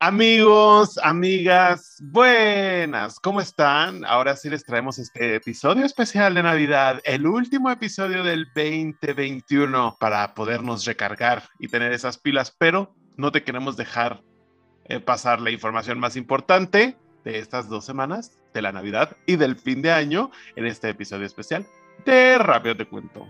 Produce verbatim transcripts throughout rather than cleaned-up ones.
Amigos, amigas, buenas, ¿cómo están? Ahora sí les traemos este episodio especial de Navidad, el último episodio del veinte veintiuno para podernos recargar y tener esas pilas, pero no te queremos dejar eh, pasar la información más importante de estas dos semanas, de la Navidad y del fin de año, en este episodio especial de Rápido Te Cuento.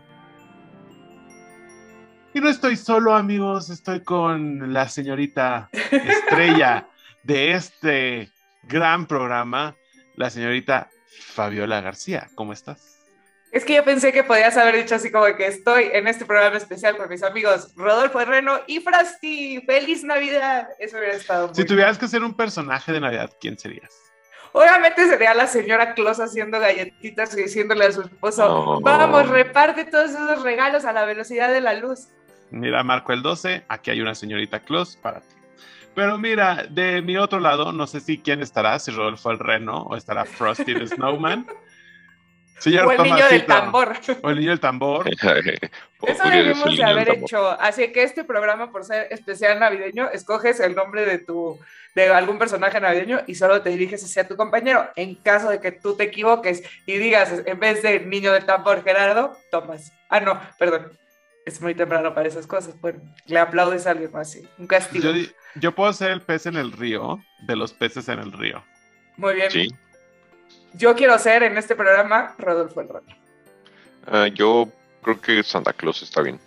Y no estoy solo, amigos, estoy con la señorita estrella de este gran programa, la señorita Fabiola García. ¿Cómo estás? Es que yo pensé que podías haber dicho así como que estoy en este programa especial con mis amigos Rodolfo Herreno y Frasti. ¡Feliz Navidad! Eso hubiera estado muy Si tuvieras que ser un personaje de Navidad, ¿quién serías? Obviamente sería la señora Claus haciendo galletitas y diciéndole a su esposo, Oh. vamos, reparte todos esos regalos a la velocidad de la luz. Mira, marco el doce, aquí hay una señorita Claus para ti. Pero mira, de mi otro lado, no sé si quién estará, si Rodolfo el Reno o estará Frosty the Snowman. Señor O el niño del tambor. O el niño del tambor. Eso debimos de haber hecho. Así que este programa, por ser especial navideño, escoges el nombre de tu de algún personaje navideño y solo te diriges hacia tu compañero. En caso de que tú te equivoques y digas, en vez de niño del tambor, Gerardo, Tomás. Ah, no, perdón. Es muy temprano para esas cosas. Bueno, le aplaudes a alguien más, sí. Un castigo. Yo, yo puedo ser el pez en el río, de los peces en el río. Muy bien. Sí. Yo quiero ser en este programa Rodolfo el Reno. Uh, yo creo que Santa Claus está bien.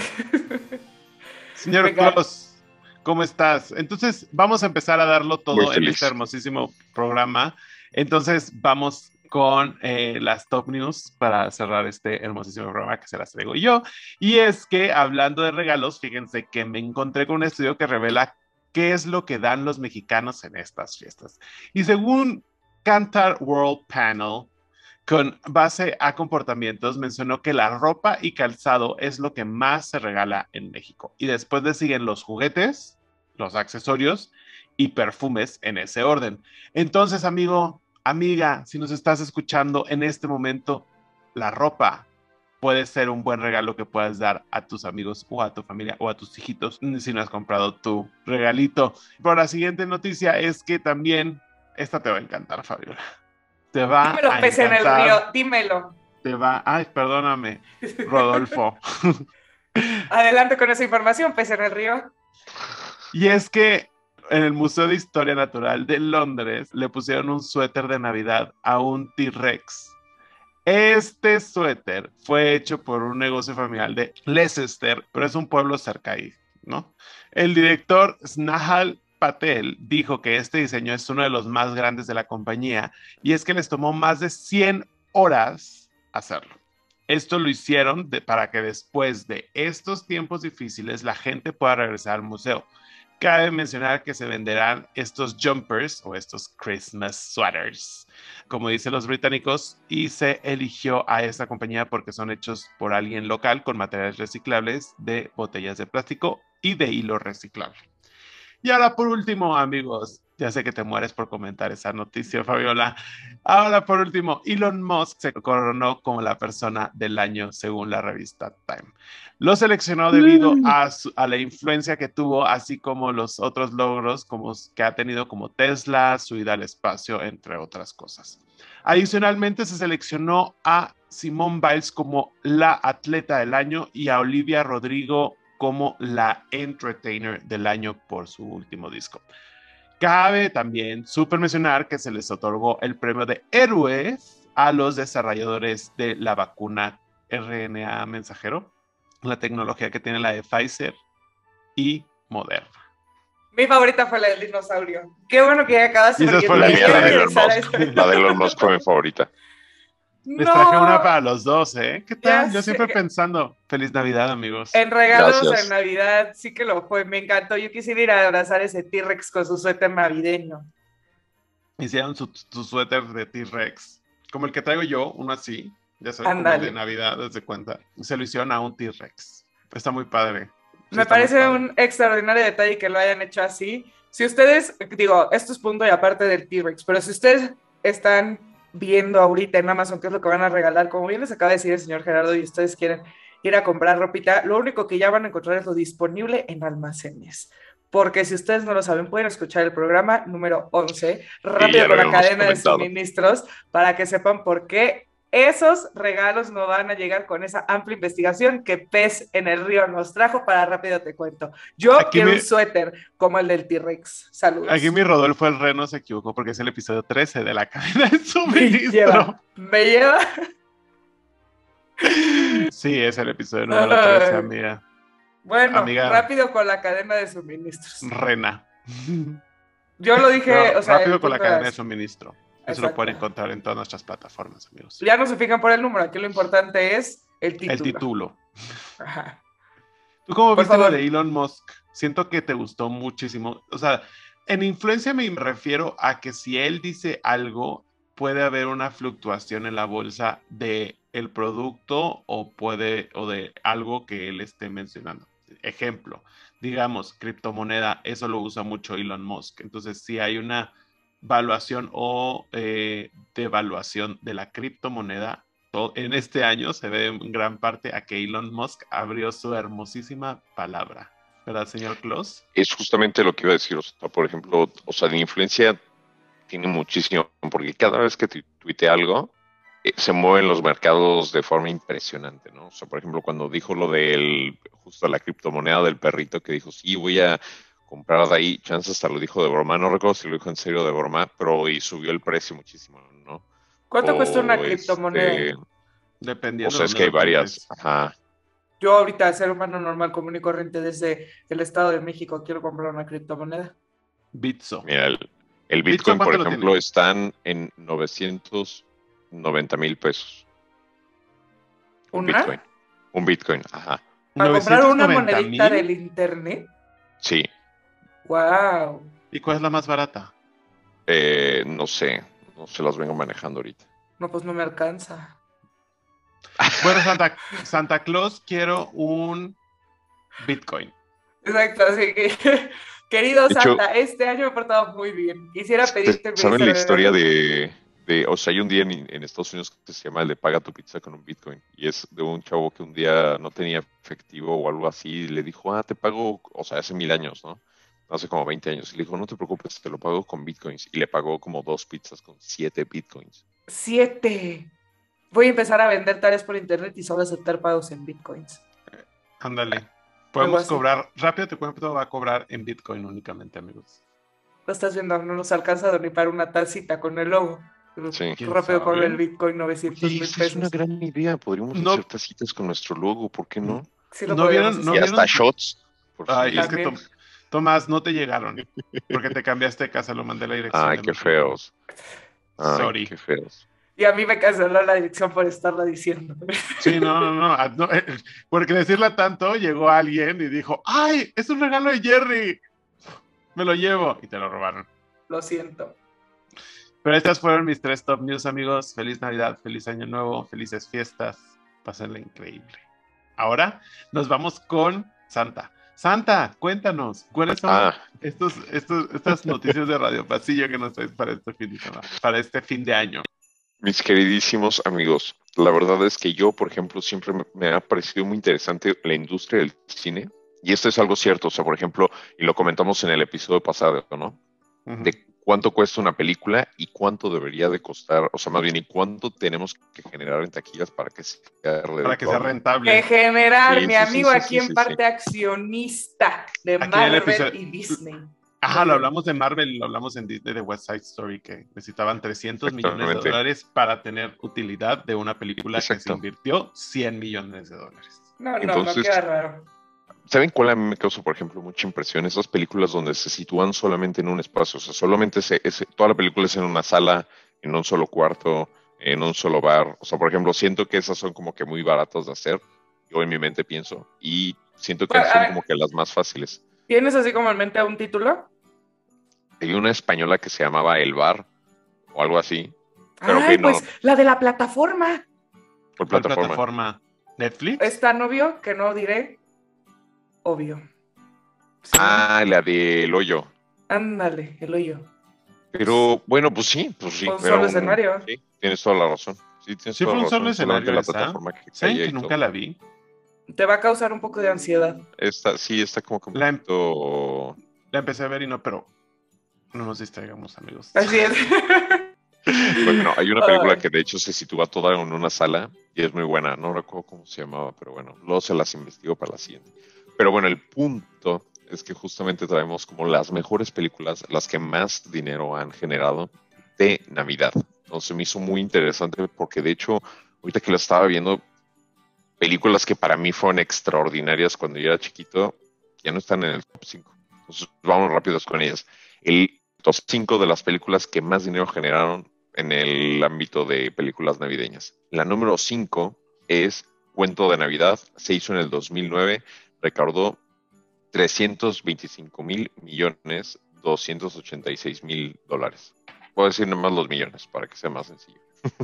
Señor Venga. Claus, ¿cómo estás? Entonces vamos a empezar a darlo todo en este hermosísimo programa. Entonces vamos con eh, las top news para cerrar este hermosísimo programa que se las traigo yo. Y es que hablando de regalos, fíjense que me encontré con un estudio que revela qué es lo que dan los mexicanos en estas fiestas. Y según Kantar World Panel, con base a comportamientos, mencionó que la ropa y calzado es lo que más se regala en México. Y después le siguen los juguetes, los accesorios y perfumes en ese orden. Entonces, amigo, amiga, si nos estás escuchando en este momento, la ropa puede ser un buen regalo que puedas dar a tus amigos o a tu familia o a tus hijitos si no has comprado tu regalito. Pero la siguiente noticia es que también, esta te va a encantar, Fabiola. Te va dímelo, a pez en el río, dímelo. Te va, ay, perdóname, Rodolfo. Adelante con esa información, pez en el río. Y es que en el Museo de Historia Natural de Londres le pusieron un suéter de Navidad a un T-Rex. Este suéter fue hecho por un negocio familiar de Leicester, pero es un pueblo cerca ahí, ¿no? El director Snehal Patel dijo que este diseño es uno de los más grandes de la compañía y es que les tomó más de cien horas hacerlo. Esto lo hicieron de, para que después de estos tiempos difíciles la gente pueda regresar al museo. Cabe mencionar que se venderán estos jumpers o estos Christmas sweaters, como dicen los británicos, y se eligió a esta compañía porque son hechos por alguien local con materiales reciclables de botellas de plástico y de hilo reciclable. Y ahora por último, amigos, ya sé que te mueres por comentar esa noticia, Fabiola. Ahora por último, Elon Musk se coronó como la persona del año según la revista Time. Lo seleccionó debido a, su, a la influencia que tuvo, así como los otros logros como, que ha tenido como Tesla, su ida al espacio, entre otras cosas. Adicionalmente se seleccionó a Simone Biles como la atleta del año y a Olivia Rodrigo como la entertainer del año por su último disco. Cabe también súper mencionar que se les otorgó el premio de héroes a los desarrolladores de la vacuna R N A mensajero, la tecnología que tiene la de Pfizer y Moderna. Mi favorita fue la del dinosaurio. Qué bueno que ya acabaste. Y esa fue la mía, la de Elon Musk. La de Elon Musk fue mi favorita. Les no. traje una para los dos, ¿eh? ¿Qué tal? Ya Yo sé. siempre pensando, feliz Navidad, amigos. En regalos Gracias. en Navidad, sí que lo fue, me encantó. Yo quisiera ir a abrazar ese T-Rex con su suéter navideño. Hicieron su, su suéter de T-Rex, como el que traigo yo, uno así, ya sabes, como de Navidad, desde cuenta. Se lo hicieron a un T-Rex. Está muy padre. Sí, me parece padre. un extraordinario detalle que lo hayan hecho así. Si ustedes, digo, esto es punto y aparte del T-Rex, pero si ustedes están viendo ahorita en Amazon qué es lo que van a regalar, como bien les acaba de decir el señor Gerardo, y ustedes quieren ir a comprar ropita, lo único que ya van a encontrar es lo disponible en almacenes. porque si ustedes no lo saben, pueden escuchar el programa número once, rápido con la cadena de suministros, para que sepan por qué esos regalos no van a llegar con esa amplia investigación que Pez en el Río nos trajo. Para rápido te cuento. Yo aquí quiero mi... un suéter como el del T-Rex. Saludos. Aquí mi Rodolfo el Reno se equivocó porque es el episodio trece de la cadena de suministro. Me lleva. ¿Me lleva? Sí, es el episodio número trece, amiga. Bueno, amiga, rápido con la cadena de suministros. Rena. Yo lo dije, no, o sea... Rápido con la cadena de suministro. Eso Exacto. Lo pueden encontrar en todas nuestras plataformas, amigos. Ya no se fijan por el número, aquí lo importante es el título. El título. Ajá. ¿Tú cómo por viste favor. Lo de Elon Musk? Siento que te gustó muchísimo. O sea, en influencia me refiero a que si él dice algo, puede haber una fluctuación en la bolsa de el producto o puede o de algo que él esté mencionando. Ejemplo, digamos, criptomoneda, eso lo usa mucho Elon Musk. Entonces, si hay una valuación o eh, devaluación de la criptomoneda, todo, en este año se ve en gran parte a que Elon Musk abrió su hermosísima palabra. ¿Verdad, señor Klaus? Es justamente lo que iba a decir. O sea, por ejemplo, o sea, de influencia tiene muchísimo, porque cada vez que tuitea algo, eh, se mueven los mercados de forma impresionante, ¿no? O sea, por ejemplo, cuando dijo lo del, justo la criptomoneda del perrito, que dijo, sí, voy a comprar de ahí, chance hasta lo dijo de broma, no recuerdo si lo dijo en serio de broma, pero y subió el precio muchísimo, ¿no? ¿Cuánto o, cuesta una criptomoneda? Este, Dependiendo. O sea, es que hay varias, ajá. Yo ahorita, ser humano normal, común y corriente desde el Estado de México, quiero comprar una criptomoneda. Bitso. Mira, el, el Bitcoin, por ejemplo, están en novecientos noventa mil pesos. Un ¿Una? Bitcoin. Un Bitcoin, ajá. ¿Para comprar una monedita del internet? Sí. Wow. ¿Y cuál es la más barata? Eh, no sé, no se las vengo manejando ahorita. No, pues no me alcanza. Bueno, Santa, Santa Claus, quiero un Bitcoin. Exacto, así que, querido de Santa, hecho, este año me he portado muy bien. Quisiera pedirte... ¿Saben la historia de, de, o sea, hay un día en, en Estados Unidos que se llama el de paga tu pizza con un Bitcoin, y es de un chavo que un día no tenía efectivo o algo así, y le dijo, ah, te pago, o sea, hace mil años, ¿no? Hace como veinte años, y le dijo, no te preocupes, te lo pago con Bitcoins, y le pagó como dos pizzas con siete Bitcoins. ¡Siete! Voy a empezar a vender tareas por internet y solo aceptar pagos en Bitcoins. Eh, ándale. Podemos cobrar, rápido te cuento, va a cobrar en Bitcoin únicamente, amigos. Lo estás viendo, no nos alcanza ni para una tacita con el logo. Sí. Rápido con el Bitcoin, novecientos mil sí, pesos. Es una gran idea, podríamos no. hacer tacitas con nuestro logo, ¿por qué no? Sí, lo no vieron, no y vieron. hasta shots. Por Ay, es que Tom, Tomás, no te llegaron, porque te cambiaste de casa, lo mandé la dirección. Ay, qué feos. Ay, Sorry. Qué feos. Y a mí me canceló la dirección por estarla diciendo. Sí, no, no, no, no, porque decirla tanto, llegó alguien y dijo, ¡ay, es un regalo de Jerry! Me lo llevo. Y te lo robaron. Lo siento. Pero estas fueron mis tres top news, amigos. Feliz Navidad, feliz Año Nuevo, felices fiestas. Pásenla increíble. Ahora nos vamos con Santa. Santa, cuéntanos, ¿cuáles son ah. estos, estos, estas noticias de Radio Pasillo que nos traes para este fin de semana, para este fin de año? Mis queridísimos amigos, la verdad es que yo, por ejemplo, siempre me ha parecido muy interesante la industria del cine, y esto es algo cierto, o sea, por ejemplo, y lo comentamos en el episodio pasado, ¿no? Uh-huh. De cuánto cuesta una película y cuánto debería de costar, o sea, más bien, y cuánto tenemos que generar en taquillas para que sea, para que sea rentable. Que generar, sí, mi sí, amigo sí, sí, aquí sí, en sí, parte sí. accionista de aquí Marvel episodio... y Disney. Ajá, lo hablamos de Marvel, lo hablamos en Disney de West Side Story, que necesitaban trescientos millones de dólares para tener utilidad de una película Exacto. que se invirtió cien millones de dólares. No, no, Entonces, no queda raro. ¿Saben cuál a mí me causó, por ejemplo, mucha impresión? Esas películas donde se sitúan solamente en un espacio, o sea, solamente se, es, toda la película es en una sala, en un solo cuarto, en un solo bar. O sea, por ejemplo, siento que esas son como que muy baratas de hacer, yo en mi mente pienso, y siento que bueno, son como que las más fáciles. ¿Tienes así como en mente un título? Hay una española que se llamaba El Bar, o algo así. Pero Ay, que no. Pues la de la plataforma. ¿Por plataforma? plataforma? ¿Netflix? Es tan obvio que no diré obvio. ¿Sí? Ah, la de El Hoyo. Ándale, El Hoyo. Pero, bueno, pues sí, pues sí. Fue un pero, solo escenario. Sí, tienes toda la razón. Sí, tienes sí toda fue un la solo razón. escenario la plataforma que ¿Saben que nunca todo. la vi? Te va a causar un poco de ansiedad. Esta, sí, está como que un la... poquito... La empecé a ver y no, pero no nos distraigamos, amigos. Así es. Bueno, hay una película que de hecho se sitúa toda en una sala y es muy buena. No recuerdo cómo se llamaba, pero bueno, luego se las investigo para la siguiente. Pero bueno, el punto es que justamente traemos como las mejores películas, las que más dinero han generado de Navidad. Entonces me hizo muy interesante porque de hecho, ahorita que lo estaba viendo, películas que para mí fueron extraordinarias cuando yo era chiquito, ya no están en el top cinco. Entonces vamos rápidos con ellas. El top cinco de las películas que más dinero generaron en el ámbito de películas navideñas. La número cinco es Cuento de Navidad, se hizo en el dos mil nueve, recaudó trescientos veinticinco mil millones doscientos ochenta y seis mil dólares. Puedo decir nomás los millones para que sea más sencillo.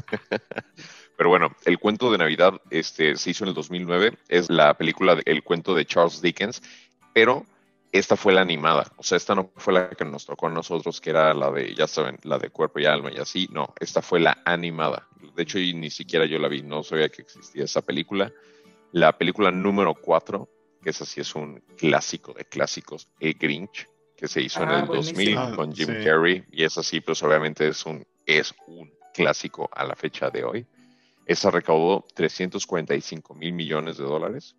Pero bueno, El Cuento de Navidad este, se hizo en el dos mil nueve, es la película de El Cuento de Charles Dickens, pero esta fue la animada, o sea, esta no fue la que nos tocó a nosotros, que era la de, ya saben, la de Cuerpo y Alma y así, no, esta fue la animada. De hecho, y ni siquiera yo la vi, no sabía que existía esa película. La película número cuatro, que esa sí es un clásico de clásicos, El Grinch, que se hizo ah, en el buenísimo. dos mil con Jim sí. Carrey, y esa sí, pues obviamente es un, es un clásico a la fecha de hoy. Esa recaudó trescientos cuarenta y cinco mil millones de dólares.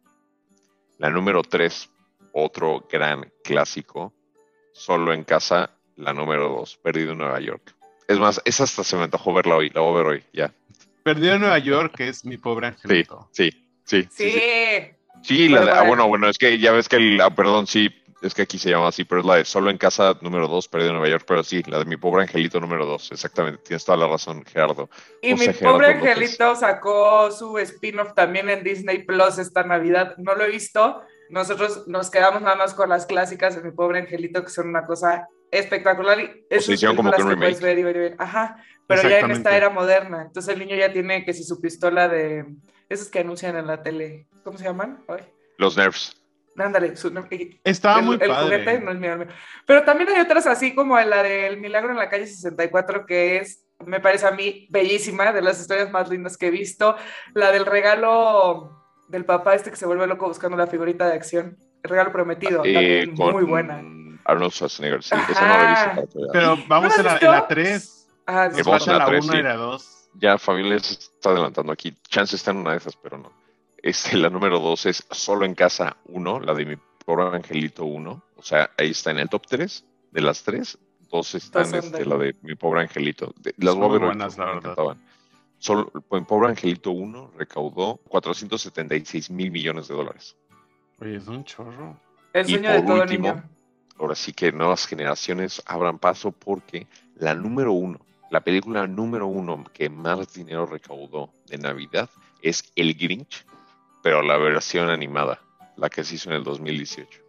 La número tres, otro gran clásico, Solo en Casa, la número dos, Perdido en Nueva York. Es más, esa hasta se me antojó verla hoy, la voy a ver hoy, ya. Perdido en Nueva York, que es Mi Pobre Angelito. Sí, sí, sí. Sí, sí, sí. sí la de, ah, bueno, bueno, es que ya ves que el, ah, perdón, sí, es que aquí se llama así, pero es la de Solo en Casa número dos, Perdido en Nueva York, pero sí, la de Mi Pobre Angelito número dos, exactamente, tienes toda la razón, Gerardo. Y Mi Pobre Angelito sacó su spin-off también en Disney Plus esta Navidad, no lo he visto. Nosotros nos quedamos nada más con las clásicas de Mi Pobre Angelito, que son una cosa espectacular. Y esas sea, como que, un que puedes ver y ver y ver. Ajá, pero ya en esta era moderna. Entonces el niño ya tiene que si su pistola de... Esos que anuncian en la tele, ¿cómo se llaman? Ay. Los Nerfs. Ándale, su, estaba el, muy el padre. Juguete no es mío, mío. Pero también hay otras así como la del Milagro en la calle sesenta y cuatro, que es, me parece a mí, bellísima, de las historias más lindas que he visto. La del regalo del papá este que se vuelve loco buscando la figurita de acción. El regalo prometido, eh, también con muy buena. Arnold Schwarzenegger, sí, esa no la he visto. Pero vamos ¿No en, la, en la tres. Ah, nos falta la uno sí. Y la dos. Ya Fabiola se está adelantando aquí. Chance está en una de esas, pero no. Este, la número dos es Solo en Casa uno, la de Mi Pobre Angelito uno. O sea, ahí está en el top tres de las tres. Dos están, este, la de Mi Pobre Angelito. De, las voy a ver buenas, la me verdad. encantaban. Solo, Mi Pobre Angelito uno recaudó cuatrocientos setenta y seis mil millones de dólares. Oye, es un chorro. El sueño de todo último, niño. Ahora sí que nuevas generaciones abran paso porque la número uno, la película número uno que más dinero recaudó de Navidad es El Grinch, pero la versión animada, la que se hizo en el dos mil dieciocho.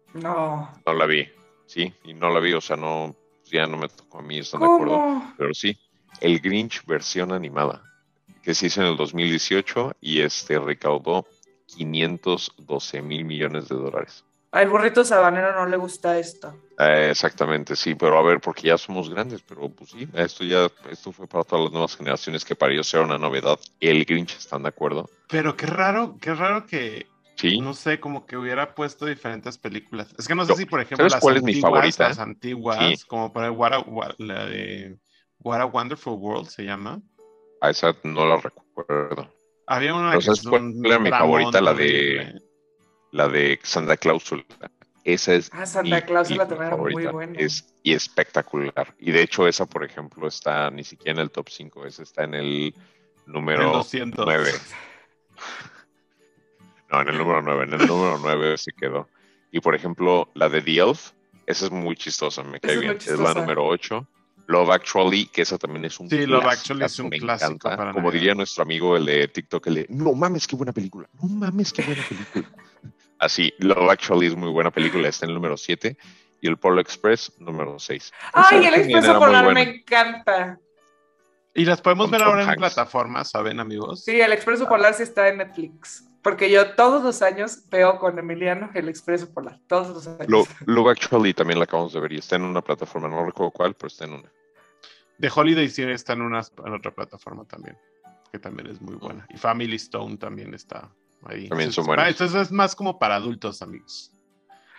No. No la vi, sí, y no la vi, o sea, no, ya no me tocó a mí, están de acuerdo, pero sí, El Grinch versión animada, que se hizo en el dos mil dieciocho y este recaudó quinientos doce mil millones de dólares. Al burrito sabanero no le gusta esto. Eh, exactamente, sí, pero a ver, porque ya somos grandes, pero pues sí, esto ya, esto fue para todas las nuevas generaciones que para ellos era una novedad. El Grinch, ¿están de acuerdo? Pero qué raro, qué raro que, ¿sí? No sé, como que hubiera puesto diferentes películas. Es que no sé no, si, por ejemplo, las cuál antiguas, es mi favorita? las antiguas, sí. Como por What a, what, la de What a Wonderful World se llama. A esa no la recuerdo. Había una pero que ¿sabes cuál era mi favorita? La de la de Santa Clausula. Esa es ah, Santa Clausula también era muy buena. Es y espectacular. Y de hecho esa, por ejemplo, está ni siquiera en el top cinco, esa está en el número el doscientos. nueve. No, en el número nueve, en el número nueve se quedó. Y por ejemplo, la de The Elf, esa es muy chistosa, me cae bien. Es, es la número ocho. Love Actually, que esa también es un sí, clásico. Love Actually es un me clásico. Encanta. Para Como diría nuestro amigo el de TikTok, el de no mames, qué buena película. No mames, qué buena película. Así, Love Actually es muy buena película, está en el número siete. Y el Polar Express, número seis. Ay, el Expreso Polar me encanta. Y las podemos Con ver Tom ahora Hanks. En plataformas, ¿saben, amigos? Sí, el Expreso ah. Polar sí está en Netflix. Porque yo todos los años veo con Emiliano el Expreso Polar. Todos los años. Lo, Love Actually también la acabamos de ver y está en una plataforma, no recuerdo cuál, pero está en una. The Holiday sí está en, una, en otra plataforma también, que también es muy buena. Y Family Stone también está ahí. También entonces, son buenas. Entonces es más como para adultos, amigos.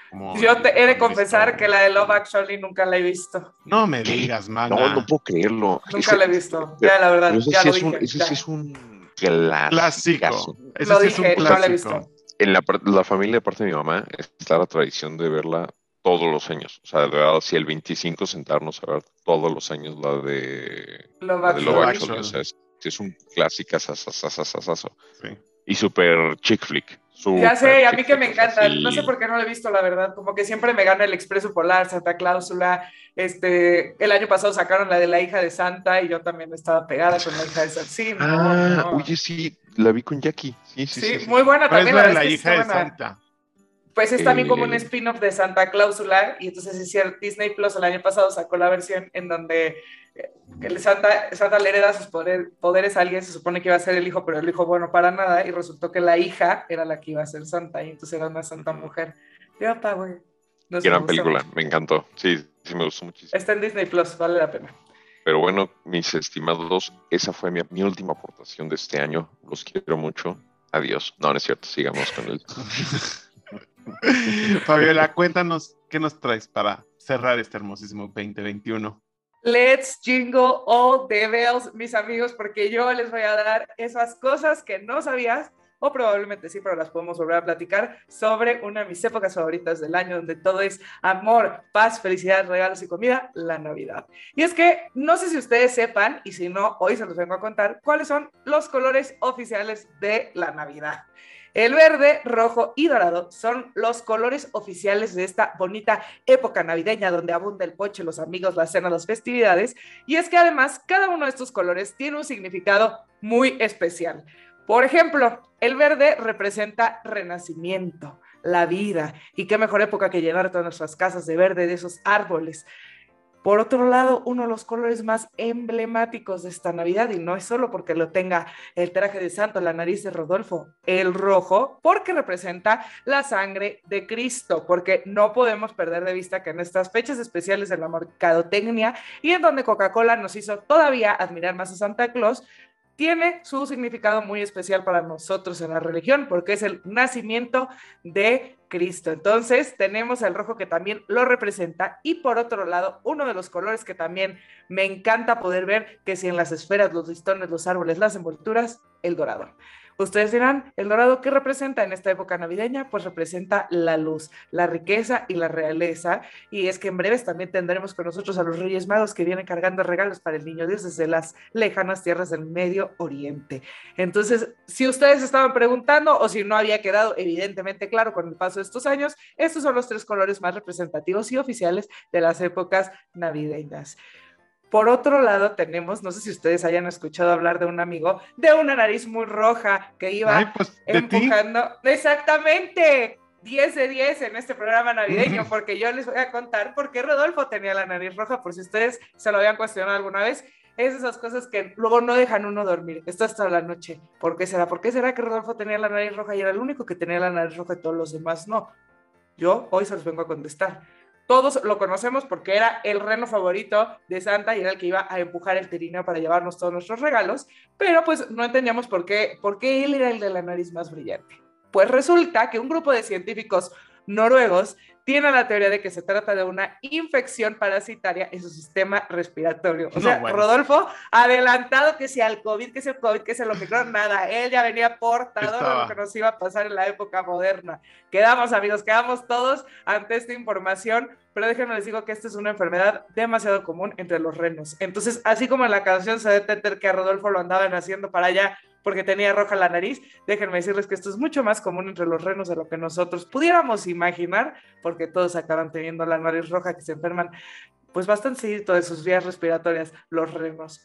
Yo te he de confesar que la de Love Actually nunca la he visto. No me digas, man. No, no puedo creerlo. Nunca ese, la he visto. Ya, la verdad, ese ya sí lo es dije. un, ese ya. sí es un clásico. Ese lo sí dije, es un no la he visto. En la, la familia de parte de mi mamá está la tradición de verla todos los años. O sea, de verdad, si el veinticinco sentarnos a ver todos los años la de Love la de Love Actually. Actually. O sea, es, es un clásico sasasasasasaso. Sí. Y súper chick flick. Ya sé, a mí que flick, me encanta, así. no sé por qué no lo he visto, la verdad, como que siempre me gana el Expreso Polar, Santa Cláusula, este, el año pasado sacaron la de la hija de Santa y yo también estaba pegada con la hija de Santa. Sí, no, ah, no. oye, sí, la vi con Jackie. Sí, sí, sí. Sí, sí muy buena también. ¿Cuál es la la de la es hija de buena. Santa? Pues es también Eh, como un spin-off de Santa Cláusula y entonces es cierto, Disney Plus el año pasado sacó la versión en donde el Santa, Santa le hereda sus poder, poderes a alguien, se supone que iba a ser el hijo, pero el hijo bueno para nada y resultó que la hija era la que iba a ser Santa y entonces era una santa mujer. Yo, pa, güey. No sé, gran me película, mucho. me encantó. Sí, sí me gustó muchísimo. Está en Disney Plus, vale la pena. Pero bueno, mis estimados, esa fue mi, mi última aportación de este año. Los quiero mucho. Adiós. No, no es cierto, sigamos con él. Fabiola, cuéntanos qué nos traes para cerrar este hermosísimo veinte veintiuno. Let's jingle all the bells, mis amigos, porque yo les voy a dar esas cosas que no sabías, o probablemente sí, pero las podemos volver a platicar, sobre una de mis épocas favoritas del año, donde todo es amor, paz, felicidad, regalos y comida, la Navidad. Y es que no sé si ustedes sepan, y si no, hoy se los vengo a contar, cuáles son los colores oficiales de la Navidad. El verde, rojo y dorado son los colores oficiales de esta bonita época navideña donde abunda el ponche, los amigos, la cena, las festividades. Y es que además cada uno de estos colores tiene un significado muy especial. Por ejemplo, el verde representa renacimiento, la vida. Y qué mejor época que llenar todas nuestras casas de verde, de esos árboles. Por otro lado, uno de los colores más emblemáticos de esta Navidad, y no es solo porque lo tenga el traje de santo, la nariz de Rodolfo, el rojo, porque representa la sangre de Cristo, porque no podemos perder de vista que en estas fechas especiales de la mercadotecnia y en donde Coca-Cola nos hizo todavía admirar más a Santa Claus, tiene su significado muy especial para nosotros en la religión, porque es el nacimiento de Cristo. Entonces, tenemos el rojo que también lo representa, y por otro lado, uno de los colores que también me encanta poder ver, que si en las esferas, los listones, los árboles, las envolturas, el dorado. Ustedes dirán, ¿el dorado qué representa en esta época navideña? Pues representa la luz, la riqueza y la realeza, y es que en breves también tendremos con nosotros a los Reyes Magos que vienen cargando regalos para el Niño Dios desde las lejanas tierras del Medio Oriente. Entonces, si ustedes estaban preguntando o si no había quedado evidentemente claro con el paso de estos años, estos son los tres colores más representativos y oficiales de las épocas navideñas. Por otro lado tenemos, no sé si ustedes hayan escuchado hablar de un amigo de una nariz muy roja que iba Ay, pues, empujando, exactamente, diez de diez en este programa navideño, porque yo les voy a contar por qué Rodolfo tenía la nariz roja, por si ustedes se lo habían cuestionado alguna vez. Es esas cosas que luego no dejan uno dormir, esto hasta la noche. ¿Por qué será? ¿Por qué será que Rodolfo tenía la nariz roja y era el único que tenía la nariz roja y todos los demás no? Yo hoy se los vengo a contestar. Todos lo conocemos porque era el reno favorito de Santa y era el que iba a empujar el trineo para llevarnos todos nuestros regalos, pero pues no entendíamos por qué, por qué él era el de la nariz más brillante. Pues resulta que un grupo de científicos noruegos tiene la teoría de que se trata de una infección parasitaria en su sistema respiratorio. O sea, no, bueno. Rodolfo, adelantado que si al COVID, que si el COVID, que si el Omicron, nada, él ya venía portador de lo que nos iba a pasar en la época moderna. Quedamos, amigos, quedamos todos ante esta información, pero déjenme les digo que esta es una enfermedad demasiado común entre los renos. Entonces, así como en la canción se detecta que a Rodolfo lo andaban haciendo para allá porque tenía roja la nariz, déjenme decirles que esto es mucho más común entre los renos de lo que nosotros pudiéramos imaginar, porque todos acaban teniendo la nariz roja, que se enferman pues bastante seguido de sus vías respiratorias, los renos.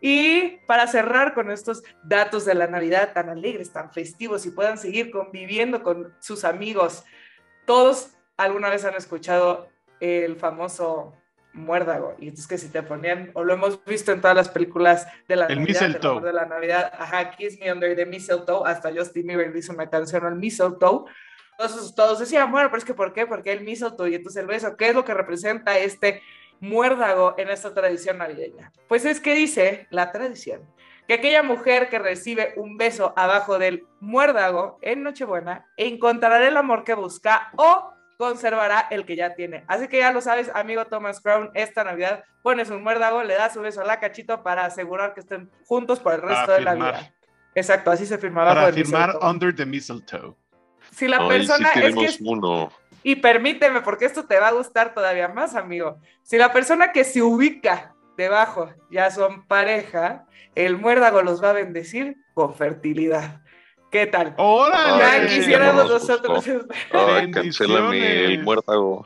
Y para cerrar con estos datos de la Navidad tan alegres, tan festivos y puedan seguir conviviendo con sus amigos, todos alguna vez han escuchado el famoso muérdago, y entonces que si te ponían, o lo hemos visto en todas las películas de la el Navidad, mistletoe. de la Navidad, ajá, Kiss Me Under the Mistletoe, hasta Justin Bieber hizo una canción al mistletoe. Entonces todos decían, bueno, pero es que ¿por qué? Porque el mistletoe, y entonces el beso, ¿qué es lo que representa este muérdago en esta tradición navideña? Pues es que dice la tradición que aquella mujer que recibe un beso abajo del muérdago en Nochebuena encontrará el amor que busca, o conservará el que ya tiene. Así que ya lo sabes, amigo Thomas Crown, esta Navidad pones un muérdago, le das un beso a la Cachito para asegurar que estén juntos por el resto Para de la firmar. vida. Exacto, así se firma abajo Para del firmar mistletoe. under the mistletoe. Si la Ay, persona sí es tenemos que es- uno. y permíteme, porque esto te va a gustar todavía más, amigo. Si la persona que se ubica debajo ya son pareja, el muérdago los va a bendecir con fertilidad. ¿Qué tal? ¡Órale! Ya Ay, quisiéramos nos nosotros. gustó. Ay, cancélame el Bendiciones. muérdago.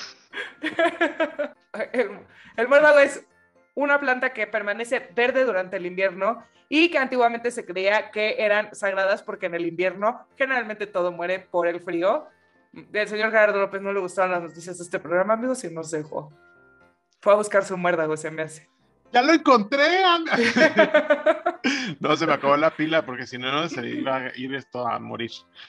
el, el muérdago es una planta que permanece verde durante el invierno y que antiguamente se creía que eran sagradas porque en el invierno generalmente todo muere por el frío. El señor Gerardo López no le gustaron las noticias de este programa, amigos, y nos dejó. Fue a buscar su muérdago, se me hace. ¡Ya lo encontré! No, se me acabó la pila porque si no, no se iba a ir esto a morir.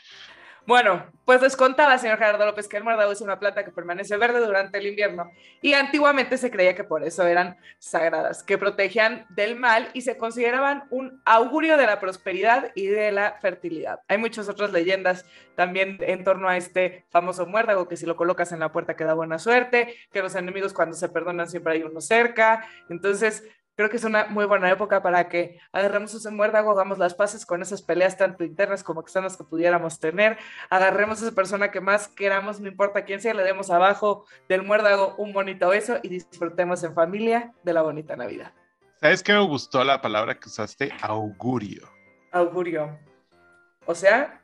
Bueno, pues les contaba, señor Gerardo López, que el muérdago es una planta que permanece verde durante el invierno y antiguamente se creía que por eso eran sagradas, que protegían del mal y se consideraban un augurio de la prosperidad y de la fertilidad. Hay muchas otras leyendas también en torno a este famoso muérdago, que si lo colocas en la puerta queda buena suerte, que los enemigos cuando se perdonan siempre hay uno cerca. Entonces, creo que es una muy buena época para que agarremos ese muérdago, hagamos las paces con esas peleas tanto internas como externas que pudiéramos tener, agarremos a esa persona que más queramos, no importa quién sea, le demos abajo del muérdago un bonito beso y disfrutemos en familia de la bonita Navidad. ¿Sabes qué me gustó la palabra que usaste? Augurio. Augurio. O sea,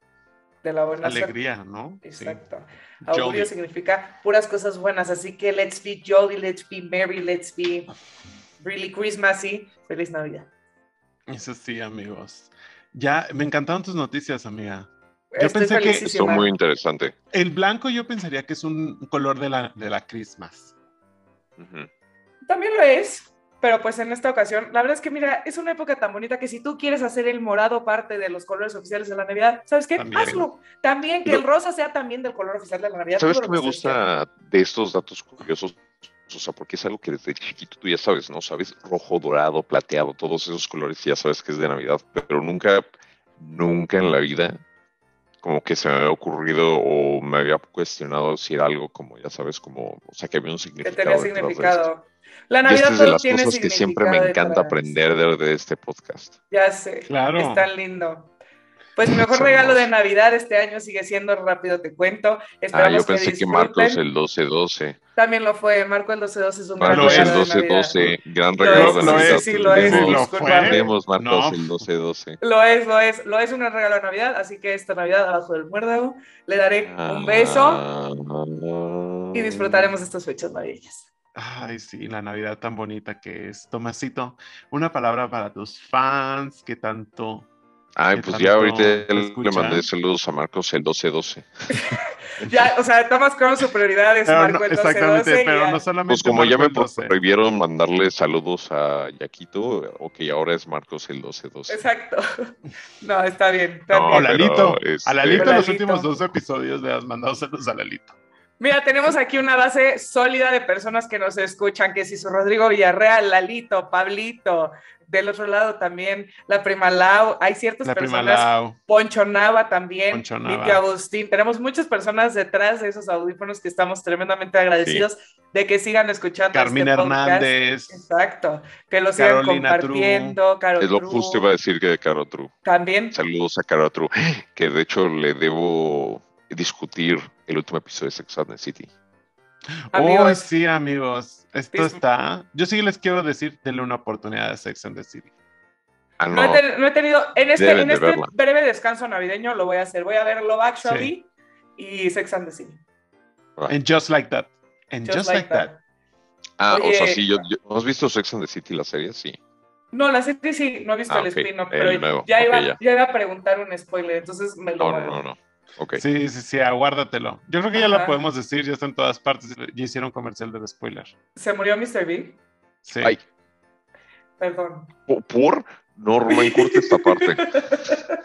de la buena Alegría, suerte. ¿no? Exacto. Sí. Augurio Jolly. significa puras cosas buenas, así que let's be jolly, let's be merry, let's be really Christmassy. Feliz Navidad. Eso sí, amigos. Ya, me encantaron tus noticias, amiga. Yo Estoy pensé que Son muy interesante. El blanco yo pensaría que es un color de la, de la Christmas. Uh-huh. También lo es, pero pues en esta ocasión, la verdad es que mira, es una época tan bonita que si tú quieres hacer el morado parte de los colores oficiales de la Navidad, ¿sabes qué? También. Hazlo. También que Pero, el rosa sea también del color oficial de la Navidad. ¿sabes qué lo me que ustedes quieran. gusta de estos datos curiosos? O sea, porque es algo que desde chiquito tú ya sabes, ¿no? Sabes, rojo, dorado, plateado, todos esos colores ya sabes que es de Navidad, pero nunca, nunca en la vida como que se me había ocurrido o me había cuestionado si era algo como, ya sabes, como, o sea, que había un Que significado. tenía detrás de significado. esto. La Y Navidad esta es de todo las tiene cosas que siempre me significado encanta detrás. aprender de, de este podcast. Ya sé, Claro. es tan lindo. Pues mi mejor Es regalo hermoso. de Navidad este año sigue siendo Rápido Te Cuento. Ah, Esperamos yo pensé que que Marcos disfruten. el doce doce. También lo fue. Marco el doce doce es un gran Marcos Lo el regalo de es. doce Navidad. doce, gran Lo regalo es, de sí, Navidad. sí, sí, lo es. Sí, lo Tenemos, fue. tenemos Marcos No. el doce doce. Lo es, lo es, lo es un gran regalo de Navidad, así que esta Navidad abajo del muérdago le daré un beso Ah, y disfrutaremos de estas fechas navideñas. Ay, sí, la Navidad tan bonita que es. Tomasito, una palabra para tus fans que tanto... Ay, que pues tanto ya ahorita te le escuchan. mandé saludos a Marcos el doce doce. Ya, o sea, Tomás Crown su prioridad es Pero Marco no, el doce exactamente, doce. pero ya. no solamente Pues como ya Marco me el doce. prohibieron mandarle saludos a Yaquito, ok, ahora es Marcos el doce doce. Exacto. No, está bien. No, También. O Lalito. pero, este, A Lalito O en los Lalito. últimos dos episodios le has mandado saludos a Lalito. Mira, tenemos aquí una base sólida de personas que nos escuchan, que si su Rodrigo Villarreal, Lalito, Pablito, del otro lado también la prima Lau, hay ciertas La prima personas, Lau. Poncho Nava también, Poncho mi Nava. tío Agustín, tenemos muchas personas detrás de esos audífonos que estamos tremendamente agradecidos de que sigan escuchando Carmina este podcast. Hernández. Exacto, que lo sigan Carolina compartiendo, Caro es lo True, justo iba a decir que de Caro True. también. Saludos a Caro True, que de hecho le debo discutir el último episodio de Sex and the City. Amigos. Uy, sí, amigos. Esto Dis- está... Yo sí les quiero decir, denle una oportunidad a Sex and the City. Ah, No he, no, ten- no he tenido, en este, Deben en de este verla. breve descanso navideño lo voy a hacer. Voy a ver Love Actually y Sex and the City. And Just Like That. And Just, Like That. Ah, Oye, o sea, sí, yo, yo- ¿no has visto Sex and the City, la serie? Sí. No, la serie sí, no he visto Ah, el ok, spin-off, el pero nuevo, ya, ok, iba, ya. ya iba a preguntar un spoiler, entonces me lo No, no, guardo. no, no. Ok. Sí, sí, sí, aguárdatelo. Yo creo que ya Ajá. lo podemos decir, ya está en todas partes. Ya hicieron comercial del spoiler. ¿Se murió mister Big? Sí. Ay, Perdón. ¿por? ¿por? No, Román, corta esta parte.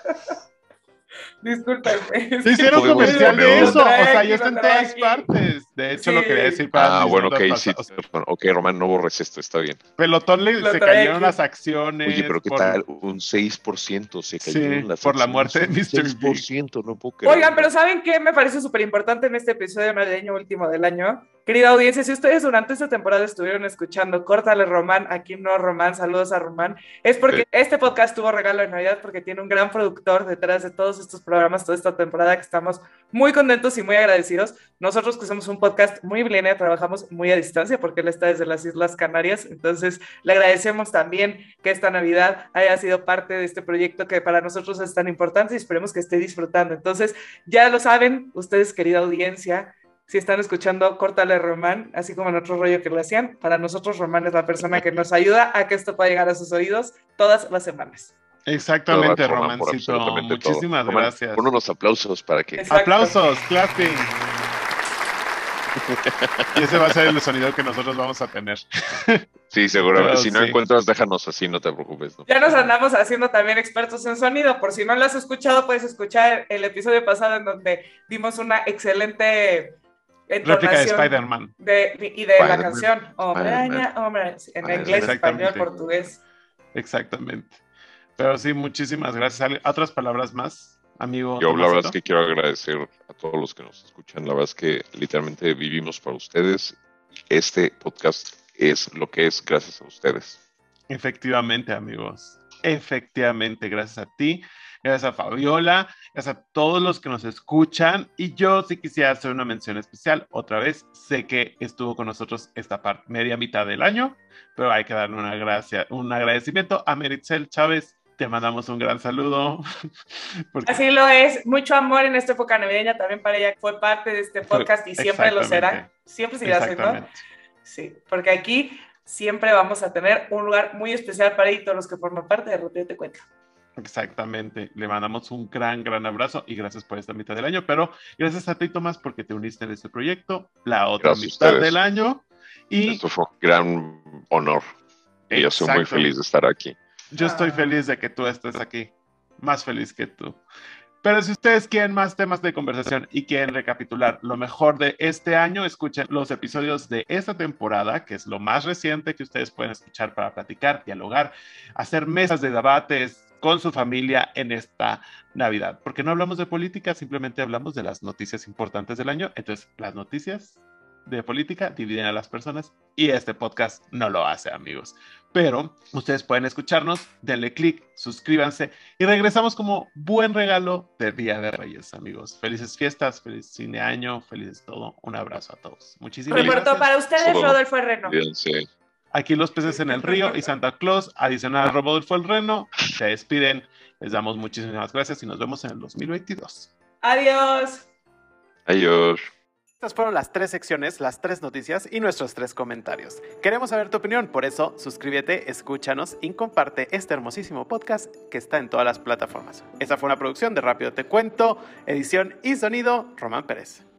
Discúlpame. Se hicieron podemos comercial de ponerlo. eso. O Trae sea, aquí, ya está lo en trae todas aquí. partes. De hecho, Sí. lo quería decir para Ah, mis bueno, ok, notas sí. pasadas. Ok, Román, no borres esto, está bien. Pelotón le, Lo se trae cayeron aquí. las acciones. Oye, pero ¿qué por- tal? Un seis por ciento se Sí, cayeron las por la acciones, muerte de un mister seis por ciento, no puedo Oigan, creerlo. pero ¿saben qué me parece súper importante en este episodio navideño último del año? Querida audiencia, si ustedes durante esta temporada estuvieron escuchando Córtale Román, aquí no Román, saludos a Román, es porque Sí. este podcast tuvo regalo de Navidad porque tiene un gran productor detrás de todos estos programas, toda esta temporada que estamos muy contentos y muy agradecidos. Nosotros que somos un podcast muy millennial, trabajamos muy a distancia porque él está desde las Islas Canarias, entonces le agradecemos también que esta Navidad haya sido parte de este proyecto que para nosotros es tan importante y esperemos que esté disfrutando. Entonces, ya lo saben, ustedes, querida audiencia, si están escuchando Córtale Román, así como en otro rollo que lo hacían, para nosotros Román es la persona que nos ayuda a que esto pueda llegar a sus oídos todas las semanas. Exactamente, Todo, Román, por Romancito. absolutamente todo. Muchísimas Román, gracias. pon unos aplausos para que... Exacto. Aplausos, clapping. Y ese va a ser el sonido que nosotros vamos a tener. Sí, seguramente. Pero Si no sí. encuentras, déjanos así, no te preocupes. ¿no? Ya nos andamos haciendo también expertos en sonido. Por si no lo has escuchado, puedes escuchar el episodio pasado en donde dimos una excelente Réplica de entonación Spider-Man. de, y de Spider-Man, la canción Hombre Spider-Man. Araña, Hombre Araña, en Spider-Man. inglés, español, Exactamente. portugués. Exactamente. Pero sí, muchísimas gracias. ¿Ale- ¿Otras palabras más, amigo? Yo la verdad es Tomasito? que quiero agradecer a todos los que nos escuchan. La verdad es que literalmente vivimos para ustedes. Este podcast es lo que es gracias a ustedes. Efectivamente, amigos. Efectivamente, gracias a ti, gracias a Fabiola, gracias a todos los que nos escuchan. Y yo sí quisiera hacer una mención especial. Otra vez, sé que estuvo con nosotros esta parte, media mitad del año, pero hay que darle una gracia, un agradecimiento a Meritzel Chávez. Te mandamos un gran saludo. Porque Así lo es, mucho amor en esta época navideña también para ella, fue parte de este podcast y siempre lo será, Exactamente. siempre seguirá siendo. Exactamente. Sí, porque aquí siempre vamos a tener un lugar muy especial para ella y todos los que forman parte de Roteo Te Cuento. Exactamente, le mandamos un gran, gran abrazo y gracias por esta mitad del año, pero gracias a ti, Tomás, porque te uniste en este proyecto, la otra Gracias a mitad ustedes. del año. Y Esto fue un gran honor. Y yo soy muy Exacto. feliz de estar aquí. yo estoy Ah. feliz de que tú estés aquí, más feliz que tú. Pero si ustedes quieren más temas de conversación y quieren recapitular lo mejor de este año, escuchen los episodios de esta temporada, que es lo más reciente que ustedes pueden escuchar para platicar, dialogar, hacer mesas de debates con su familia en esta Navidad. Porque no hablamos de política, simplemente hablamos de las noticias importantes del año. Entonces, las noticias de política dividen a las personas y este podcast no lo hace, amigos. Pero ustedes pueden escucharnos, denle click, suscríbanse y regresamos como buen regalo de Día de Reyes, amigos. Felices fiestas, feliz fin de año, felices todo. Un abrazo a todos. Muchísimas Reportó gracias. para ustedes Todo. Rodolfo Herreno. Cuídense. Aquí los peces en el río y Santa Claus, adicional a Rodolfo el Reno, se despiden. Les damos muchísimas gracias y nos vemos en el dos mil veintidós. Adiós. Adiós. Estas fueron las tres secciones, las tres noticias y nuestros tres comentarios. Queremos saber tu opinión, por eso suscríbete, escúchanos y comparte este hermosísimo podcast que está en todas las plataformas. Esta fue una producción de Rápido Te Cuento, edición y sonido, Román Pérez.